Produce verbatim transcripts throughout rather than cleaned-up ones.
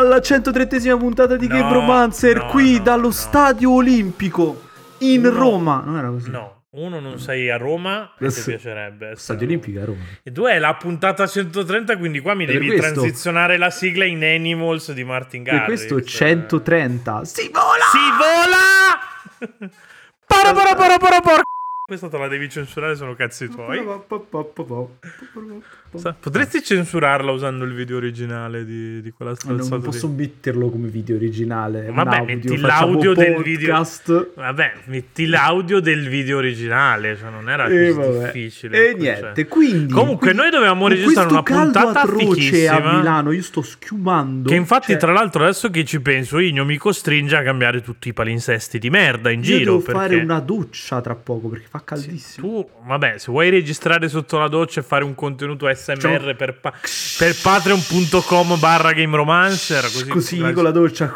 alla centotrentesima puntata di no, Game Romancer, no, qui no, dallo no. Stadio Olimpico in Uno, Roma. Non era così? No, uno non sei a Roma e Adesso- ti piacerebbe. Stadio Olimpico a Roma. E due è la puntata centotrenta, quindi qua mi Per devi questo- transizionare la sigla in Animals di Martin Per Garrix. questo centotrenta. Si vola! Si vola! Para para para para para. Questa te la devi censurare, sono cazzi tuoi. Sa- Potresti censurarla usando il video originale di, di quella Ma stronzata non, non posso lì? metterlo come video originale. È un Vabbè, audio, metti facciamo l'audio del video. podcast. Vabbè, metti l'audio del video originale, cioè non era E così vabbè. difficile. E il niente, concetto. quindi Comunque quindi, noi dovevamo con registrare una questo caldo puntata atroce fichissima. a Milano, io sto schiumando. Che infatti, Cioè, tra l'altro, adesso che ci penso, Igno mi costringe a cambiare tutti i palinsesti di merda in io giro. devo perché fare una doccia tra poco perché fa caldissimo. tu, vabbè, se vuoi registrare sotto la doccia e fare un contenuto A S M R per, pa- per patreon.com barra Game Romancer, così, Così con la doccia.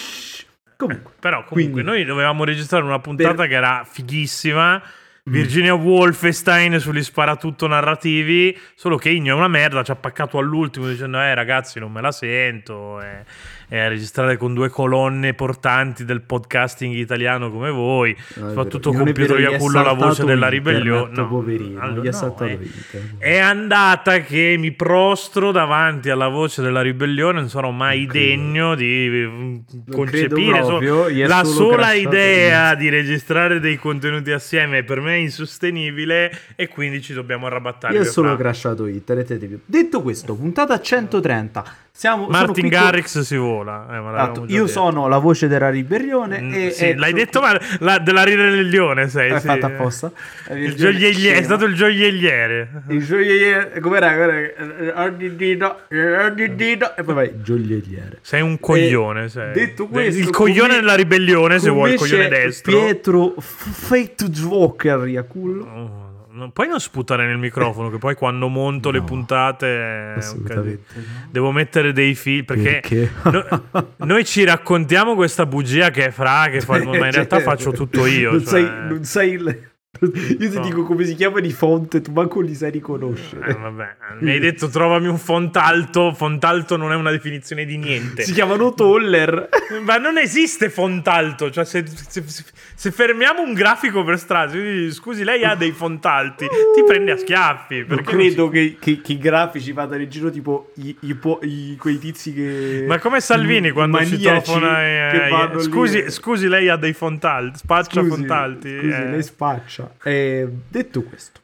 Comunque, Però comunque quindi, noi dovevamo registrare una puntata per- che era fighissima. Virginia Wolfenstein sugli sparatutto narrativi. Solo che Igno è una merda, ci ha paccato all'ultimo dicendo eh ragazzi non me la sento, e, e a registrare con due colonne portanti del podcasting italiano come voi, No, è soprattutto vero. con Non è Pietro vero, gli è Iacullo la voce saltato della internet, ribellione. No, poverino, allora, gli è no, saltato è, internet. è andata che mi prostro davanti alla voce della ribellione, non sarò mai Non credo. degno di mm, Non concepire credo proprio, so- gli è la solo sola crashato idea di registrare dei contenuti assieme per me è insostenibile e quindi ci dobbiamo arrabattare. Io ho per solo fra- crashato internet. e più. Detto questo, puntata centotrenta. Siamo, sono Martin qui con- Garrix si vola. Eh, ma l'avevamo Esatto, già io detto. sono la voce della ribellione. Mm, e, sì, e l'hai sono detto, qui- ma la, della ribellione sei. È sì. fatta apposta. Il gioielliere, è stato il gioielliere. Il gioielliere. Com'era? Com'era? Ardidino, ardidino, E poi vai, gioielliere. Sei un coglione. sei. detto questo, il coglione come- della ribellione, se come vuoi, il coglione c'è destro. Pietro Fate Joker, Iacullo. Oh, non puoi non sputare nel microfono, che poi quando monto le No, puntate è un assolutamente casino. no. Devo mettere dei fil perché, Perché? no- noi ci raccontiamo questa bugia che è Fra che fa, ma in realtà Cioè, faccio tutto io. Non cioè- sai, non sai il- Io ti No. dico come si chiama di fonte, tu manco li sai riconoscere. Eh, vabbè, mi hai detto trovami un font alto. Font alto non è una definizione di niente. Si chiamano Toller. Ma non esiste font alto. Cioè, se, se- se- se fermiamo un grafico per strada, se dici, scusi, lei ha dei font alti, ti prende a schiaffi. Non Perché credo non che, che- che i grafici vadano in giro tipo i, i po- i- quei tizi che... si- Ma come Salvini i quando maniaci citofona eh, che eh, vanno lì scusi, e- scusi, lei ha dei font alti. Spaccia Scusi, font alti. scusi, eh. lei spaccia. Eh, detto questo,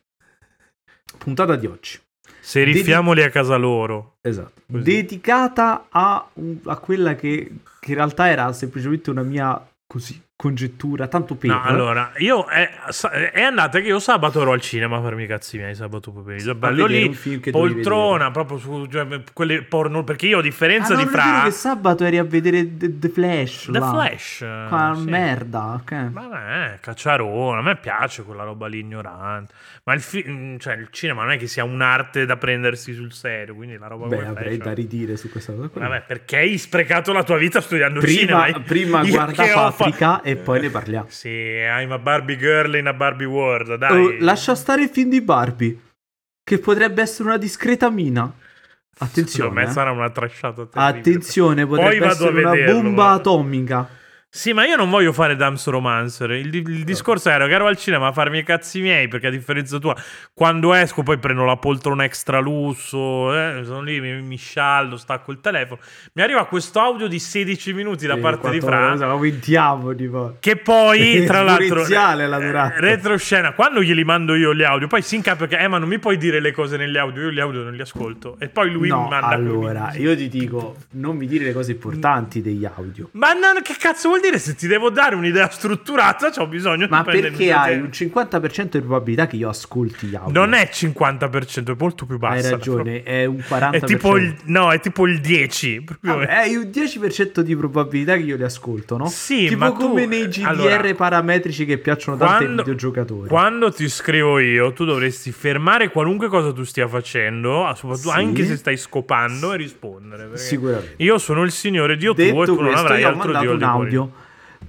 puntata di oggi. Se riffiamoli a casa loro. Esatto. Così. Dedicata a, un- a quella che, che in realtà era semplicemente una mia così congettura, tanto per... No, allora, io è, è andata che io sabato ero al cinema a farmi i cazzi miei, sabato pomeriggio. A Bello vedere lì, un film che dovevi poltrona, proprio su cioè, quelle porno, perché io a differenza Ah, no, di non è vero Fra che sabato eri a vedere The, The Flash. The là. Flash, Qua, sì. merda, ok. Vabbè, cacciarone, a me piace quella roba lì ignorante. Ma il, fi- cioè, il cinema non è che sia un'arte da prendersi sul serio, quindi la roba Beh, come avrei Flash, da ridire su questa cosa. qua. vabbè, perché hai sprecato la tua vita studiando Prima, cinema? prima Io guarda che ho fa- Paprika e poi ne parliamo. Sì, I'm a Barbie girl in a Barbie world, dai. Oh, lascia stare il film di Barbie, che potrebbe essere una discreta mina. Attenzione, Secondo me eh. sarà una trashata terribile. Attenzione, Poi potrebbe vado a essere una vederlo, bomba ma- atomica. Sì, ma io non voglio fare Dams Romancer. Il, il discorso era che ero al cinema a farmi i cazzi miei, perché a differenza tua, quando esco poi prendo la poltrona extra lusso, eh, sono lì, mi, mi sciallo, stacco il telefono. Mi arriva questo audio di sedici minuti da Sì, parte di quanto- Fra, cosa, aumentiamo, tipo. che poi, tra l'altro, Esponenziale la durata. eh, retroscena, quando glieli mando io gli audio, poi si incappa perché, eh, ma non mi puoi dire le cose negli audio, io gli audio non li ascolto. E poi lui No, mi manda... allora, io ti dico, non mi dire le cose importanti degli audio. Ma non, che cazzo vuol dire? Se ti devo dare un'idea strutturata, c'ho bisogno Ma di prendere perché il mio hai tempo. un cinquanta per cento di probabilità che io ascolti gli audio? Non è cinquanta per cento, è molto più bassa. Hai ragione, è un quaranta È per cento. tipo il, no, è tipo il dieci. Proprio. Vabbè, hai un dieci per cento di probabilità che io li ascolto, no? Sì, tipo ma tu- come nei G D R allora, parametrici che piacciono tanto ai quando, videogiocatori. quando ti scrivo io, tu dovresti fermare qualunque cosa tu stia facendo, soprattutto Sì. anche se stai scopando, e rispondere. perché Sicuramente. Io sono il signore Dio tuo Detto e tu non questo, avrai io ho altro mandato Dio un di fuori. audio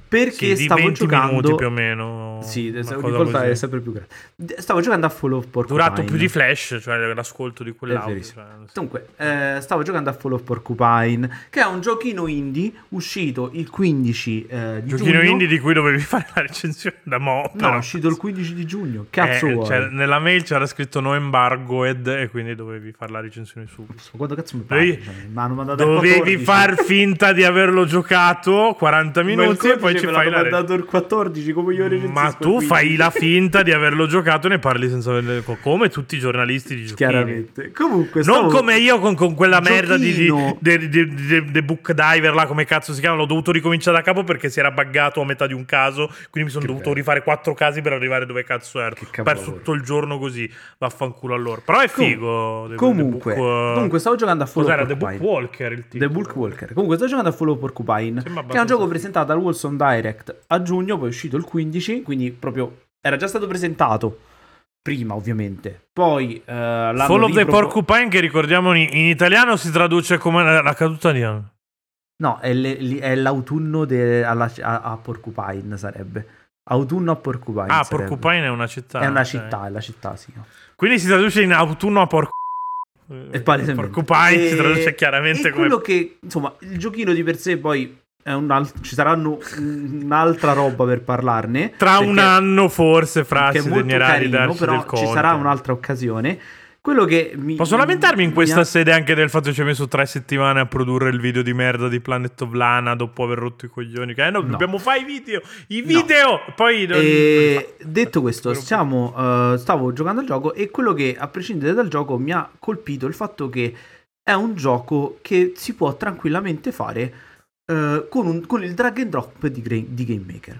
Perché sì, stavo di venti giocando minuti più o meno. Sì, una ogni cosa volta così. è sempre più grande. Stavo giocando a Fall of Porcupine. Durato più di Flash, cioè l'ascolto di È quell'audio. verissimo. Cioè, sì. Dunque, eh, stavo giocando a Fall of Porcupine, che è un giochino indie uscito il quindici eh, di Giochino giugno. indie di cui dovevi fare la recensione da mo'. No, però. è uscito il quindici di giugno. Cazzo Eh, vuoi? cioè, nella mail c'era scritto no embargoed e quindi dovevi fare la recensione subito. Quando cazzo mi parli? Dovevi, Cioè, mi hanno mandato al dovevi quattordici. far finta di averlo giocato quaranta Ma il minuti e poi codice ci me fai l'hanno la re- mandato il quattordici, come io recensisco Ma il tu quindici. fai la finta di averlo giocato e ne parli senza averlo come tutti i giornalisti di giochini. Chiaramente. Comunque, Non stavo... come io con, con quella merda di, di, Giochino. di, di, di- di Book Diver là, come cazzo si chiama, l'ho dovuto ricominciare da capo perché si era buggato a metà di un caso, quindi mi sono Che dovuto bello. rifare quattro casi per arrivare dove cazzo ero. Che Ho capolavoro. perso tutto il giorno così, vaffanculo allora. Però è Com- figo. The- Comunque, The Book, uh, comunque stavo giocando a Fall of cos'era? The Porcupine. Book Walker il The titolo. Bulk Walker. Comunque sto giocando a Fall of Porcupine, Sembra che è un abbastanza gioco figo. presentato al Wilson Direct a giugno, poi è uscito il quindici, quindi proprio era già stato presentato prima, ovviamente. Poi eh, l'hanno Fall of the ripropo- Porcupine, che ricordiamo in, in italiano si traduce come la, la caduta di anno. No, è, le- li- è l'autunno de- alla- a, a Porcupine sarebbe. Autunno a Porcupine Ah, sarebbe. Porcupine è una città. È una ok. città, è la città, sì. Quindi si traduce in autunno a porco. È palesemente. Porcupine E- si traduce chiaramente e come. quello che, insomma, il giochino di per sé poi è un al- ci saranno un'altra roba per parlarne. Tra perché- un anno, forse, fra che è si molto degnerà di carino, darci però del ci conto. sarà un'altra occasione. Quello che mi Posso lamentarmi in mi questa ha- sede anche del fatto che ci ho messo tre settimane a produrre il video di merda di Planet of Lana dopo aver rotto i coglioni. Che eh, no, No. dobbiamo fare i video! I video! Poi. non- E detto questo, Quello- stiamo, eh, stavo giocando al gioco e quello che, a prescindere dal gioco, mi ha colpito il fatto che è un gioco che si può tranquillamente fare eh, con, un- con il drag and drop di, Gra- di Game Maker.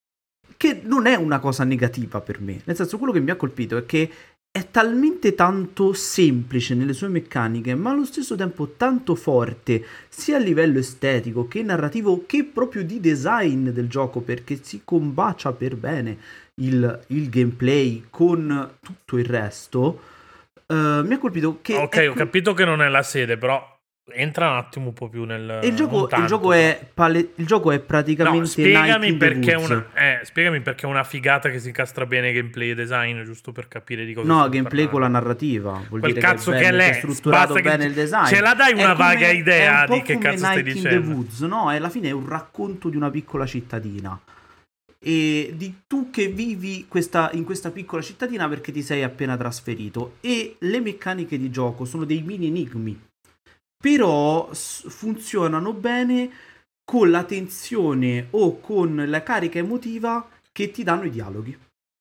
Che non è una cosa negativa per me. Nel senso, quello che mi ha colpito è che è talmente tanto semplice nelle sue meccaniche, ma allo stesso tempo tanto forte, sia a livello estetico che narrativo, che proprio di design del gioco, perché si combacia per bene il, il gameplay con tutto il resto. Eh, mi ha colpito che... Ok, è ho que- capito che non è la sede, però entra un attimo un po' più nel. E il gioco, non il tanto, gioco però. è pale- il gioco è praticamente No, spiegami Night in the perché, Woods. una, eh, spiegami perché è una figata che si incastra bene gameplay e design, giusto per capire di cosa No, stiamo gameplay con la parlando. narrativa. Vuol Quel dire cazzo che è, che bello, l'è, che è strutturato basta che bene ce- il design. ce la dai una È come- vaga idea è un po' di che come cazzo stai Night in dicendo? the Woods, no? Alla fine è un racconto di una piccola cittadina. E di tu che vivi questa, in questa piccola cittadina perché ti sei appena trasferito. E le meccaniche di gioco sono dei mini enigmi. Però s- funzionano bene con la tensione o con la carica emotiva che ti danno i dialoghi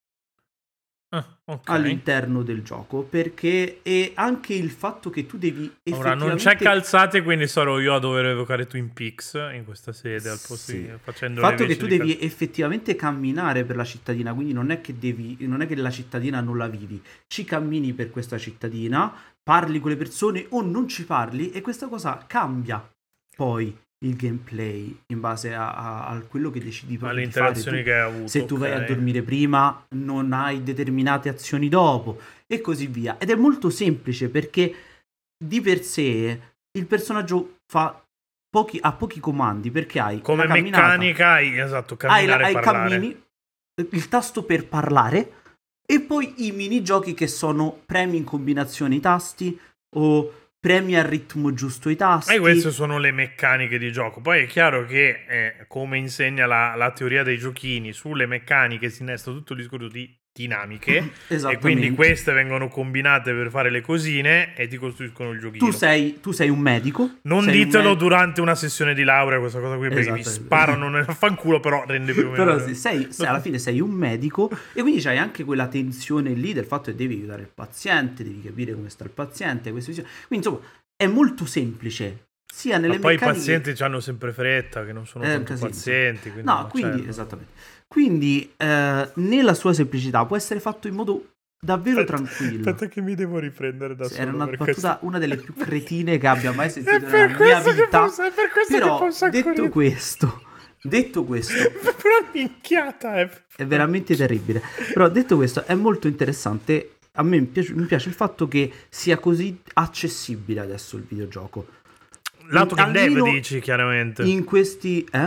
Ah, ok. all'interno del gioco, perché è anche il fatto che tu devi Ora effettivamente... non c'è calzate, quindi sarò io a dover evocare Twin Peaks in questa sede al posto Sì. di facendo Il fatto le che veci tu di devi cal- effettivamente camminare per la cittadina, quindi non è che devi, non è che la cittadina non la vivi, ci cammini per questa cittadina, parli con le persone o non ci parli e questa cosa cambia poi il gameplay in base a, a- a quello che decidi proprio alle di fare interazioni tu. che hai avuto. Se tu vai a ok. dormire prima non hai determinate azioni dopo e così via. Ed è molto semplice perché di per sé il personaggio fa pochi, ha pochi comandi perché hai Come la camminata, meccanica hai, esatto, hai, la- camminare e hai parlare. cammini, il tasto per parlare e poi i minigiochi che sono premi in combinazione i tasti o premi al ritmo giusto i tasti. E queste sono le meccaniche di gioco. Poi è chiaro che, eh, come insegna la, la teoria dei giochini, sulle meccaniche si innesta tutto il discorso di dinamiche e Esattamente. quindi queste vengono combinate per fare le cosine e ti costruiscono il giochino. Tu sei, tu sei un medico. Non sei un ditelo med- durante una sessione di laurea questa cosa qui, perché vi Esatto. sparano nel fanculo, però rende più o meno. Però sì, sei, sei- alla fine sei un medico e quindi c'hai anche quella tensione lì del fatto che devi aiutare il paziente, devi capire come sta il paziente, queste visioni. Quindi insomma è molto semplice sia nelle Ma poi meccaniche... i pazienti hanno sempre fretta, che non sono È un tanto casino, pazienti. Quindi No, non quindi c'è- esattamente. Quindi eh, nella sua semplicità può essere fatto in modo davvero Aspetta- tranquillo. Aspetta che mi devo riprendere da Sì, solo. era una per battuta, questo. una delle più cretine che abbia mai sentito È per nella mia questo che vita. fa- è per questo che Però fa un sacco detto ridere. questo, detto questo, Una minchiata, eh. è veramente terribile. Però detto questo, è molto interessante. A me mi piace, mi piace il fatto che sia così accessibile adesso il videogioco. Lato game dev Almeno dici chiaramente. In questi... Eh?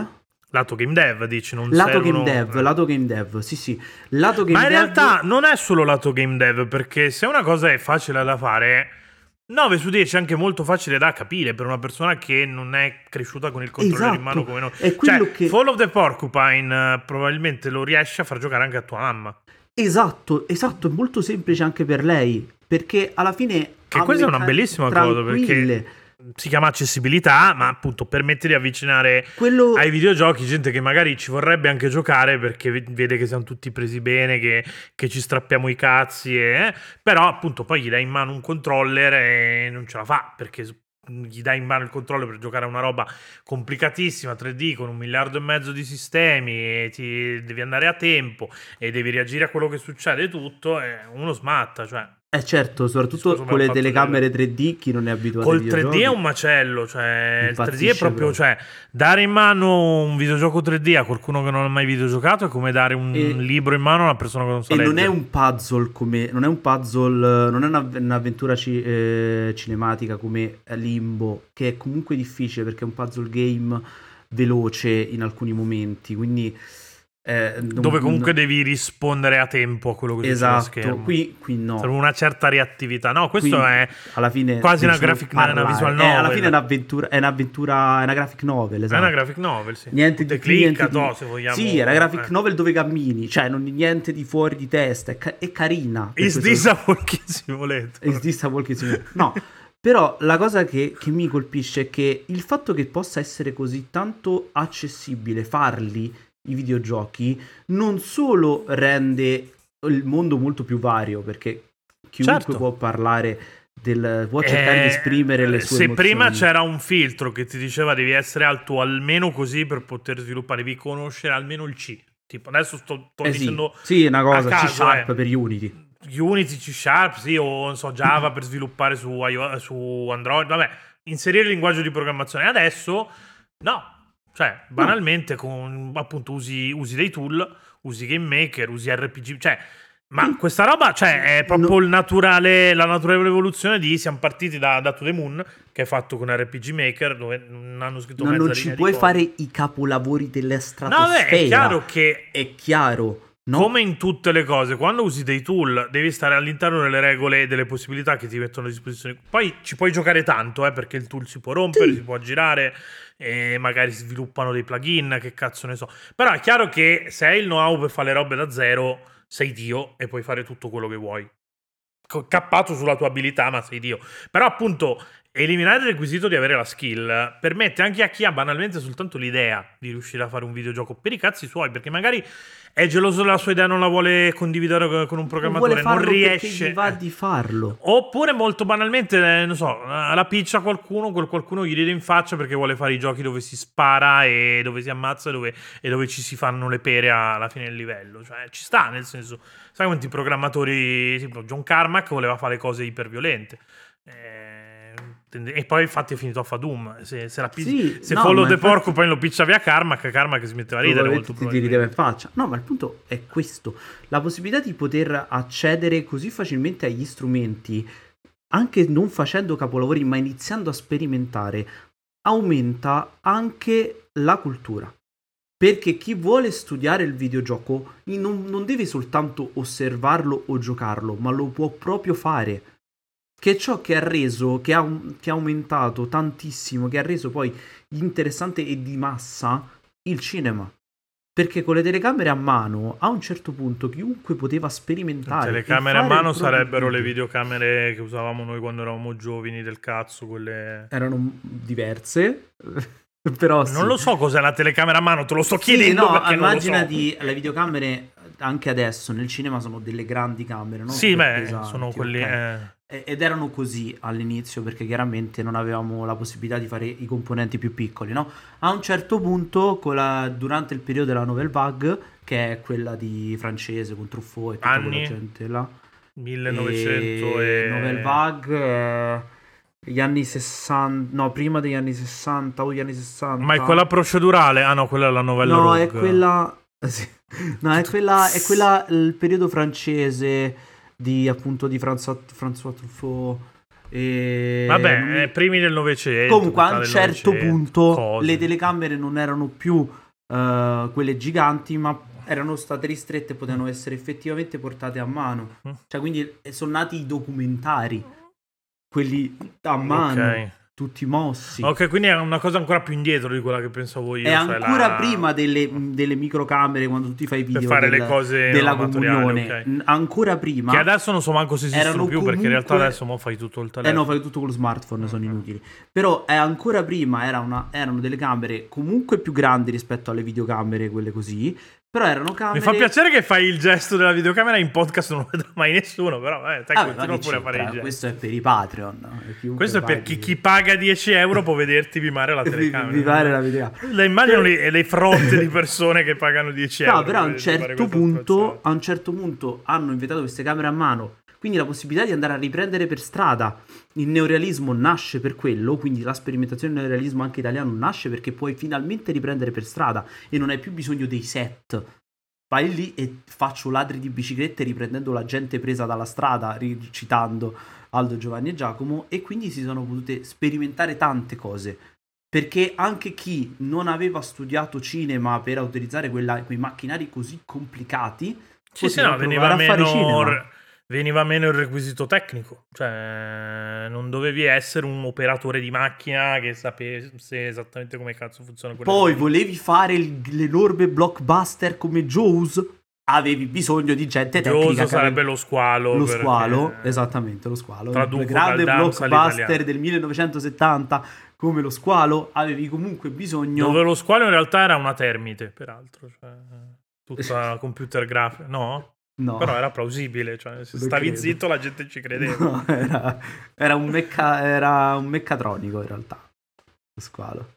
Lato game dev, dici, non lato servono... game dev, lato game dev, sì sì, lato game Ma in dev... realtà non è solo lato game dev, perché se una cosa è facile da fare, nove su dieci è anche molto facile da capire per una persona che non è cresciuta con il controller in mano Esatto, come noi. è quello Cioè, che... Fall of the Porcupine eh, probabilmente lo riesce a far giocare anche a tua mamma. Esatto, esatto, è molto semplice anche per lei, perché alla fine... Che ha questa è una meccaniche bellissima cosa, tranquille. perché si chiama accessibilità, ma appunto permette di avvicinare Quello... ai videogiochi gente che magari ci vorrebbe anche giocare perché vede che siamo tutti presi bene, che, che ci strappiamo i cazzi, e, eh, però appunto poi gli dai in mano un controller e non ce la fa, perché gli dai in mano il controller per giocare a una roba complicatissima tre D con un miliardo e mezzo di sistemi e ti devi andare a tempo e devi reagire a quello che succede tutto, e uno smatta, cioè. Eh certo, soprattutto Discorso con le abbiamo fatto telecamere delle- tre D, chi non è abituato Col ai tre D videogiochi è un macello, cioè il tre D è impazzisce proprio, cioè dare in mano un videogioco tre D a qualcuno che non ha mai videogiocato è come dare un E- libro in mano a una persona che non sa E leggere. non è un puzzle come... Non è un puzzle, non è una- un'avventura ci- eh, cinematica come Limbo, che è comunque difficile perché è un puzzle game veloce in alcuni momenti, quindi... eh, non- Dove comunque non- devi rispondere a tempo a quello che succede a Esatto, schermo. qui, qui no. Serve una certa reattività. No, questo Qui, è alla fine quasi devi una solo graphic- una- una parlare. visual Eh, alla novel. fine è un'avventura, è un'avventura, è una graphic novel, È esatto. una graphic novel, sì. Niente Te di clicca, niente di- no, se vogliamo. Sì, è una graphic eh. novel dove cammini, cioè non niente di fuori di testa, è, ca- è carina. per Is questo- this a walking simulator? Is this a walking simulator? No, però la cosa che, che mi colpisce è che il fatto che possa essere così tanto accessibile farli i videogiochi non solo rende il mondo molto più vario, perché chiunque Certo. può parlare del può cercare di Eh, esprimere le sue se emozioni. prima c'era un filtro che ti diceva devi essere alto almeno così per poter sviluppare, devi conoscere almeno il C. Tipo adesso sto, sto Eh sì, dicendo sì, è una cosa a caso, C Sharp eh. per Unity. Unity, C Sharp, sì, o non so, Java per sviluppare su, iOS, su Android, vabbè, inserire il linguaggio di programmazione. Adesso no, cioè banalmente con appunto usi, usi dei tool, usi Game Maker, usi R P G, cioè ma questa roba, cioè, è proprio No. il naturale, la naturale evoluzione di siamo partiti da, da To The Moon, che è fatto con R P G Maker, dove non hanno scritto No, mezza non linea ci di puoi codice. fare i capolavori della No, stratosfera. beh, è chiaro che È chiaro, no? come in tutte le cose, quando usi dei tool devi stare all'interno delle regole e delle possibilità che ti mettono a disposizione. Poi ci puoi giocare tanto, eh, perché il tool si può rompere, Sì. si può girare e magari si sviluppano dei plugin, che cazzo ne so. Però è chiaro che se hai il know-how per fare le robe da zero, sei Dio e puoi fare tutto quello che vuoi. Co- Cappato sulla tua abilità, ma sei Dio. Però appunto eliminare il requisito di avere la skill permette anche a chi ha banalmente soltanto l'idea di riuscire a fare un videogioco per i cazzi suoi, perché magari è geloso della sua idea, non la vuole condividere con un Non programmatore, vuole farlo non perché riesce. gli va eh. di farlo. Oppure molto banalmente, eh, non so, alla piccia qualcuno, quel qualcuno gli ride in faccia perché vuole fare i giochi dove si spara e dove si ammazza e dove, e dove ci si fanno le pere alla fine del livello. Cioè, ci sta, nel senso, sai quanti programmatori, tipo John Carmack voleva fare cose iperviolente. Eh, e poi infatti è finito a Fadum. Se, se, la pi- Sì, se no, Follow ma the infatti- Porco poi lo picciavi a Carmack, Carmack si metteva a ridere molto Probabilmente ti, ti rideva in probabilmente. faccia. No, ma il punto è questo. La possibilità di poter accedere così facilmente agli strumenti, anche non facendo capolavori, ma iniziando a sperimentare, aumenta anche la cultura. Perché chi vuole studiare il videogioco non, non deve soltanto osservarlo o giocarlo, ma lo può proprio fare. Che è ciò che ha reso, che ha, che ha aumentato tantissimo, che ha reso poi interessante e di massa il cinema. Perché con le telecamere a mano, a un certo punto, chiunque poteva sperimentare. Le e telecamere a fare mano il proprio sarebbero le video. videocamere che usavamo noi quando eravamo giovani del cazzo, quelle... Erano diverse, però sì. Non lo so cos'è la telecamera a mano, te lo sto Sì, chiedendo no, perché non lo so. immaginati le videocamere anche adesso nel cinema sono delle grandi camere, no? Sì, Super beh, pesanti, sono quelli... ok. eh. E- Ed erano così all'inizio perché chiaramente non avevamo la possibilità di fare i componenti più piccoli, no? A un certo punto, con la- durante il periodo della Nouvelle Vague, che è quella di francese con Truffaut e tutta Anni? quella gente là, millenovecento e e... Nouvelle Vague, eh, gli anni sessanta, no, prima degli anni sessanta o gli anni sessanta. Ma è quella procedurale? Ah no, quella è la novella No, Rogue. è quella. sì. No, è quella. È quella il periodo francese di appunto di François, François Truffaut. E Vabbè, non mi- eh, primi del Novecento. Comunque, a metà un del certo Novecento, punto cose. le telecamere non erano più uh, quelle giganti, ma erano state ristrette e potevano essere effettivamente portate a mano. Cioè, quindi sono nati i documentari, quelli a mano. Ok. Tutti mossi. Ok, quindi è una cosa ancora più indietro di quella che pensavo io. È cioè ancora la... prima delle, delle microcamere, quando tu ti fai video per fare del, le cose della amatoriali, comunione. okay. N- ancora prima. Che adesso non so manco se esistono erano più, comunque... perché in realtà adesso mo fai tutto il telefono. Eh no, fai tutto con lo smartphone, sono inutili. Però è ancora prima era una, erano delle camere comunque più grandi rispetto alle videocamere, quelle così. Però erano camere... Mi fa piacere che fai il gesto della videocamera in podcast, non lo vedrà mai nessuno, però eh, te ah, continua pure a fare il gesto. Questo è per i Patreon. Questo è per chi, chi paga dieci euro può vederti mimare la telecamera. Mimare la videocamera. Le immagino le, le frotte di persone che pagano dieci euro. No, però a un certo punto, a un certo punto hanno inventato queste camere a mano. Quindi la possibilità di andare a riprendere per strada. Il neorealismo nasce per quello, quindi la sperimentazione del neorealismo anche italiano nasce perché puoi finalmente riprendere per strada e non hai più bisogno dei set. Vai lì e faccio ladri di biciclette riprendendo la gente presa dalla strada, recitando Aldo, Giovanni e Giacomo, e quindi si sono potute sperimentare tante cose. Perché anche chi non aveva studiato cinema per utilizzare quella, quei macchinari così complicati, sì, sì, no, veniva meno, veniva meno il requisito tecnico. Cioè, non dovevi essere un operatore di macchina che sapesse esattamente come cazzo funziona quella. Poi volevi fare il, l'enorme blockbuster come Jaws, avevi bisogno di gente Jaws tecnica. Jaws sarebbe lo squalo. Lo squalo, esattamente, lo squalo. Il grande blockbuster del millenovecentosettanta come lo squalo, avevi comunque bisogno... Dove lo squalo in realtà era una termite, peraltro. Cioè, tutta computer grafica. No? No. Però era plausibile, cioè se stavi credo. zitto la gente ci credeva. No, era, era, un mecca, era un meccatronico in realtà, lo squalo.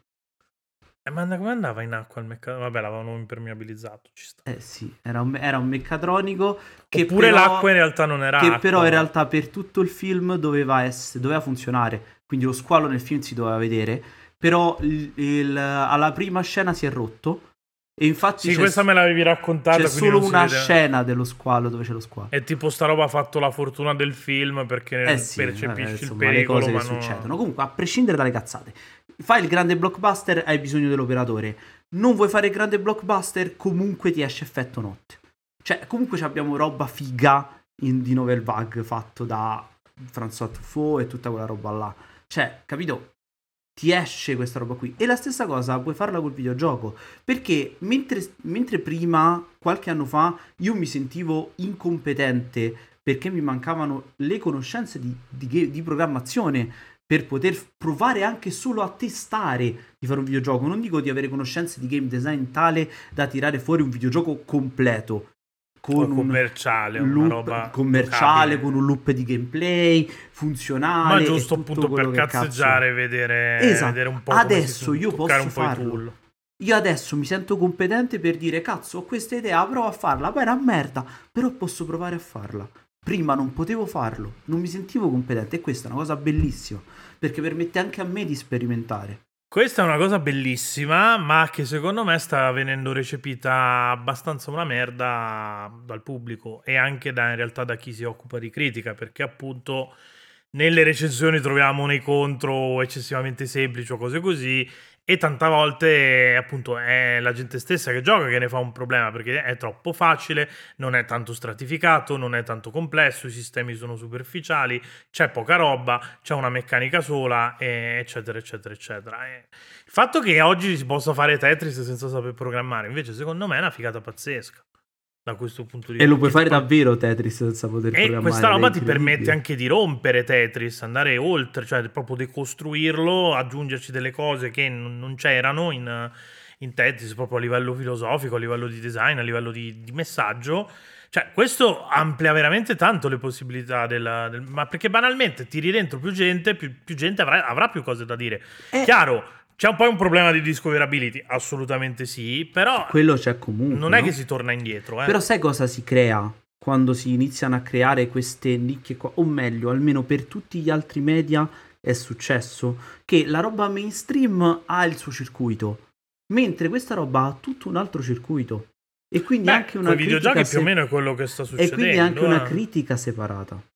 Eh, ma come andava in acqua il meccatronico? Vabbè, l'avevano impermeabilizzato, ci sta. Eh sì, era un, era un meccatronico che Oppure però, l'acqua in realtà non era che acqua. però in realtà per tutto il film doveva, essere, doveva funzionare. Quindi lo squalo nel film si doveva vedere, però il, il, alla prima scena si è rotto. E infatti sì, questa me l'avevi raccontata. C'è solo una scena dello squalo dove c'è lo squalo. E tipo sta roba ha fatto la fortuna del film perché eh sì, percepisci eh, insomma, il pericolo, le cose ma che non... succedono. Comunque, a prescindere dalle cazzate, fai il grande blockbuster, hai bisogno dell'operatore. Non vuoi fare il grande blockbuster, comunque ti esce effetto notte. Cioè, comunque abbiamo roba figa in, di Novel Vague fatto da François Truffaut e tutta quella roba là. Cioè, capito? Ti esce questa roba qui. E la stessa cosa puoi farla col videogioco, perché mentre, mentre prima, qualche anno fa, io mi sentivo incompetente perché mi mancavano le conoscenze di, di, di programmazione per poter provare anche solo a testare di fare un videogioco. Non dico di avere conoscenze di game design tale da tirare fuori un videogioco completo con commerciale, un una loop roba commerciale, giocabile, con un loop di gameplay funzionale, ma giusto appunto per cazzeggiare e vedere, esatto. vedere un po' adesso come si io posso farlo. Io adesso mi sento competente per dire cazzo, ho questa idea, provo a farla, poi è una merda, però posso provare a farla. Prima non potevo farlo, non mi sentivo competente, e questa è una cosa bellissima perché permette anche a me di sperimentare. Questa è una cosa bellissima, ma che secondo me sta venendo recepita abbastanza una merda dal pubblico e anche da, in realtà da chi si occupa di critica, perché appunto nelle recensioni troviamo nei contro eccessivamente semplici o cose così, e tante volte appunto è la gente stessa che gioca che ne fa un problema, perché è troppo facile, non è tanto stratificato, non è tanto complesso, i sistemi sono superficiali, c'è poca roba, c'è una meccanica sola, eccetera eccetera eccetera. E il fatto che oggi si possa fare Tetris senza saper programmare invece secondo me è una figata pazzesca da questo punto di vista. E lo puoi fare davvero Tetris senza poter programmare. E questa roba ti permette anche di rompere Tetris, andare oltre, cioè proprio decostruirlo, aggiungerci delle cose che non, non c'erano in, in Tetris, proprio a livello filosofico, a livello di design, a livello di, di messaggio. Cioè questo amplia veramente tanto le possibilità del, del ma perché banalmente tiri dentro più gente, più, più gente avrà, avrà più cose da dire. Eh. Chiaro, c'è un po' un problema di discoverability, assolutamente sì, però quello c'è comunque. Non è no? che si torna indietro. Eh. Però sai cosa si crea quando si iniziano a creare queste nicchie qua? O meglio, almeno per tutti gli altri media è successo che la roba mainstream ha il suo circuito, mentre questa roba ha tutto un altro circuito. E quindi Beh, anche una videogiochi critica più o meno è quello che sta succedendo. E quindi anche eh. una critica separata.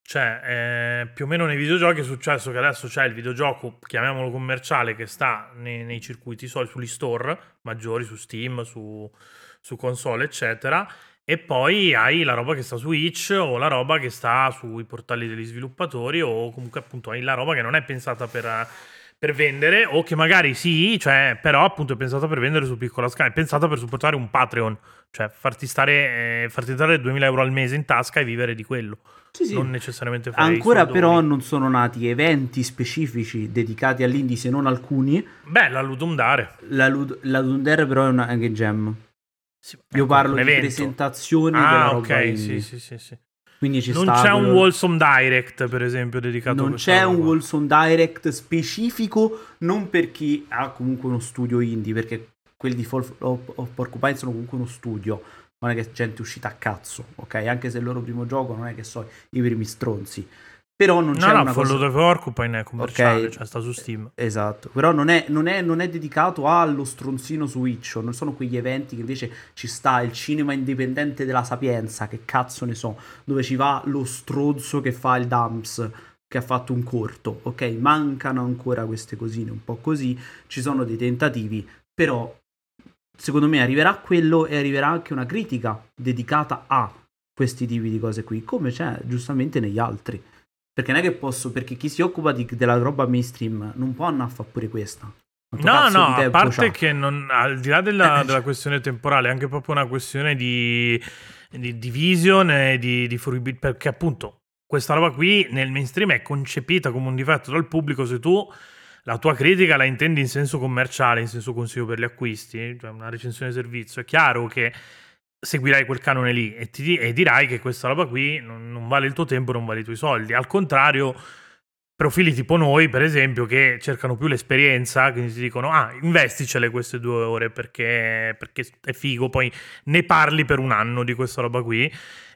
Cioè, eh, più o meno nei videogiochi è successo che adesso c'è il videogioco, chiamiamolo commerciale, che sta nei, nei circuiti soliti, sugli store maggiori, su Steam, su, su console, eccetera. E poi hai la roba che sta su itch o la roba che sta sui portali degli sviluppatori, o comunque appunto hai la roba che non è pensata per, per vendere, o che magari sì, cioè, però appunto è pensata per vendere su piccola scala, è pensata per supportare un Patreon, cioè farti stare, eh, farti dare duemila euro al mese in tasca e vivere di quello. Sì, sì. Non necessariamente fare Ancora i soldoni. però non sono nati eventi specifici dedicati all'indie, se non alcuni. Beh, la Ludum Dare. La, Lud- la Ludum Dare però è una Game Jam. Sì, Io ecco, parlo un di evento. presentazioni Ah, della ok, roba indie. sì, sì, sì, sì. Quindi ci non sta c'è un quello- Wholesome Direct, per esempio, dedicato a Non questa c'è roba un qua. Wholesome Direct specifico, non per chi ha comunque uno studio indie, perché quelli di Fall of of Porcupine sono comunque uno studio, non è che è gente uscita a cazzo, ok? Anche se il loro primo gioco non è che so i primi stronzi. Però non c'è No, no, una Fall cosa... of Porcupine è commerciale, Ok. cioè sta su Steam. Esatto, però non è, non è- non è dedicato allo stronzino su Itch, non sono quegli eventi che invece ci sta il cinema indipendente della Sapienza, che cazzo ne so, dove ci va lo stronzo che fa il Dumps, che ha fatto un corto, ok? Mancano ancora queste cosine un po' così, ci sono dei tentativi, però secondo me arriverà quello e arriverà anche una critica dedicata a questi tipi di cose qui, come c'è giustamente negli altri. Perché non è che posso, perché chi si occupa di- della roba mainstream non può andare a fare pure questa. Quanto No, cazzo no, di a tempo parte c'ha? che non, al di là della, Eh, della cioè. questione temporale, è anche proprio una questione di, di, di vision e di, di fruibilità, perché appunto questa roba qui nel mainstream è concepita come un difetto dal pubblico se tu la tua critica la intendi in senso commerciale, in senso consiglio per gli acquisti, cioè una recensione di servizio. È chiaro che seguirai quel canone lì e, ti, di- e dirai che questa roba qui non, non vale il tuo tempo, non vale i tuoi soldi. Al contrario, profili tipo noi, per esempio, che cercano più l'esperienza, quindi ti dicono, ah, investicele queste due ore perché, perché è figo, poi ne parli per un anno di questa roba qui.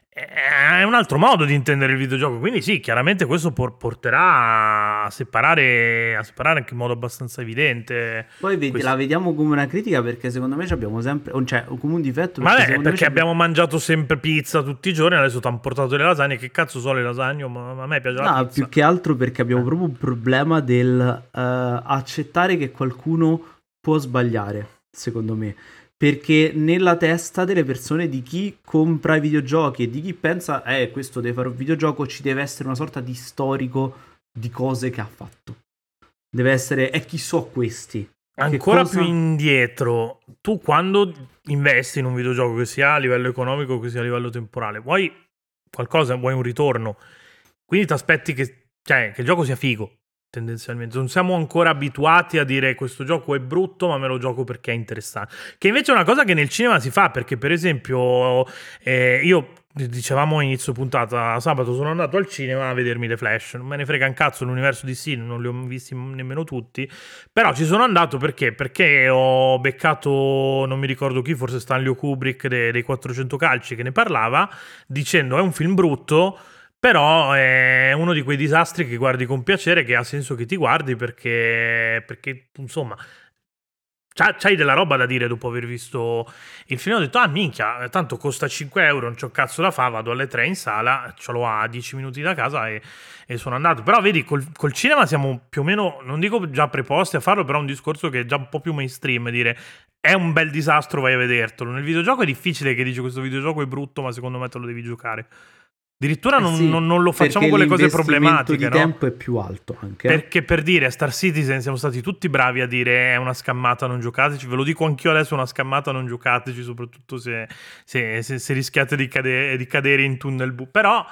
È un altro modo di intendere il videogioco, quindi sì, chiaramente questo por- porterà a separare, a separare anche in modo abbastanza evidente. Poi vedi, questo. la vediamo come una critica perché secondo me ci abbiamo sempre, cioè come un difetto. Ma Perché beh, secondo me perché ci abbiamo- abbiamo mangiato sempre pizza tutti i giorni, adesso ti hanno portato le lasagne. Che cazzo sono le lasagne? Ma ma a me piace la No, pizza. più che altro perché abbiamo Eh. proprio un problema del eh, accettare che qualcuno può sbagliare, secondo me. Perché nella testa delle persone, di chi compra i videogiochi e di chi pensa, eh, questo deve fare un videogioco, ci deve essere una sorta di storico di cose che ha fatto. Deve essere, e chi so questi? Che Ancora cosa- più indietro, tu quando investi in un videogioco, che sia a livello economico che sia a livello temporale, vuoi qualcosa, vuoi un ritorno, quindi ti aspetti che, cioè, che il gioco sia figo, tendenzialmente. Non siamo ancora abituati a dire questo gioco è brutto ma me lo gioco perché è interessante, che invece è una cosa che nel cinema si fa, perché per esempio eh, io dicevamo a inizio puntata, sabato sono andato al cinema a vedermi The Flash, non me ne frega un cazzo l'universo di sì, non li ho visti nemmeno tutti, però ci sono andato perché? Perché ho beccato, non mi ricordo chi, forse Stanley Kubrick de- dei quattrocento calci, che ne parlava, dicendo è un film brutto, però è uno di quei disastri che guardi con piacere, che ha senso che ti guardi perché, perché insomma, c'ha- c'hai della roba da dire dopo aver visto il film. Ho detto, ah minchia, tanto costa cinque euro, non c'ho cazzo da fa, vado alle tre in sala, ce l'ho a dieci minuti da casa e, e sono andato. Però vedi, col, col cinema siamo più o meno, non dico già preposti a farlo, però è un discorso che è già un po' più mainstream, dire è un bel disastro, vai a vedertelo. Nel videogioco è difficile che dici questo videogioco è brutto, ma secondo me te lo devi giocare. Addirittura Eh non, sì, non- non lo facciamo perché con le cose l'investimento problematiche, di no? tempo è più alto anche. eh. Perché per dire Star Citizen siamo stati tutti bravi a dire è una scammata, non giocateci. Ve lo dico anch'io adesso, è una scammata, non giocateci, soprattutto se, se- se- se rischiate di, cade- di cadere in tunnel bu. Però,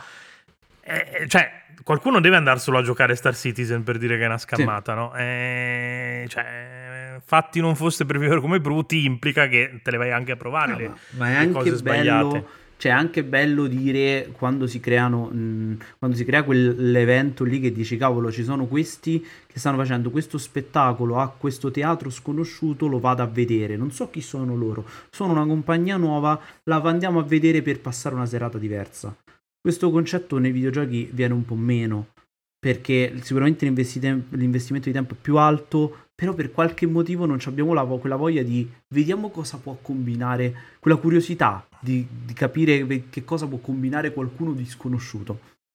eh, cioè, qualcuno deve andarselo a giocare Star Citizen per dire che è una scammata, no? Eh, cioè, fatti non foste per vivere come bruti implica che te le vai anche a provare Ah, le, ma, ma è le anche cose sbagliate. bello, cioè è anche bello dire quando si creano, mh, quando si crea quell'evento lì che dici cavolo, ci sono questi che stanno facendo questo spettacolo a questo teatro sconosciuto, lo vado a vedere, non so chi sono loro, sono una compagnia nuova, la andiamo a vedere per passare una serata diversa. Questo concetto nei videogiochi viene un po' meno, perché sicuramente l'investi- l'investimento di tempo è più alto, però per qualche motivo non abbiamo la, quella voglia di vediamo cosa può combinare, quella curiosità di, di capire che cosa può combinare qualcuno di sconosciuto.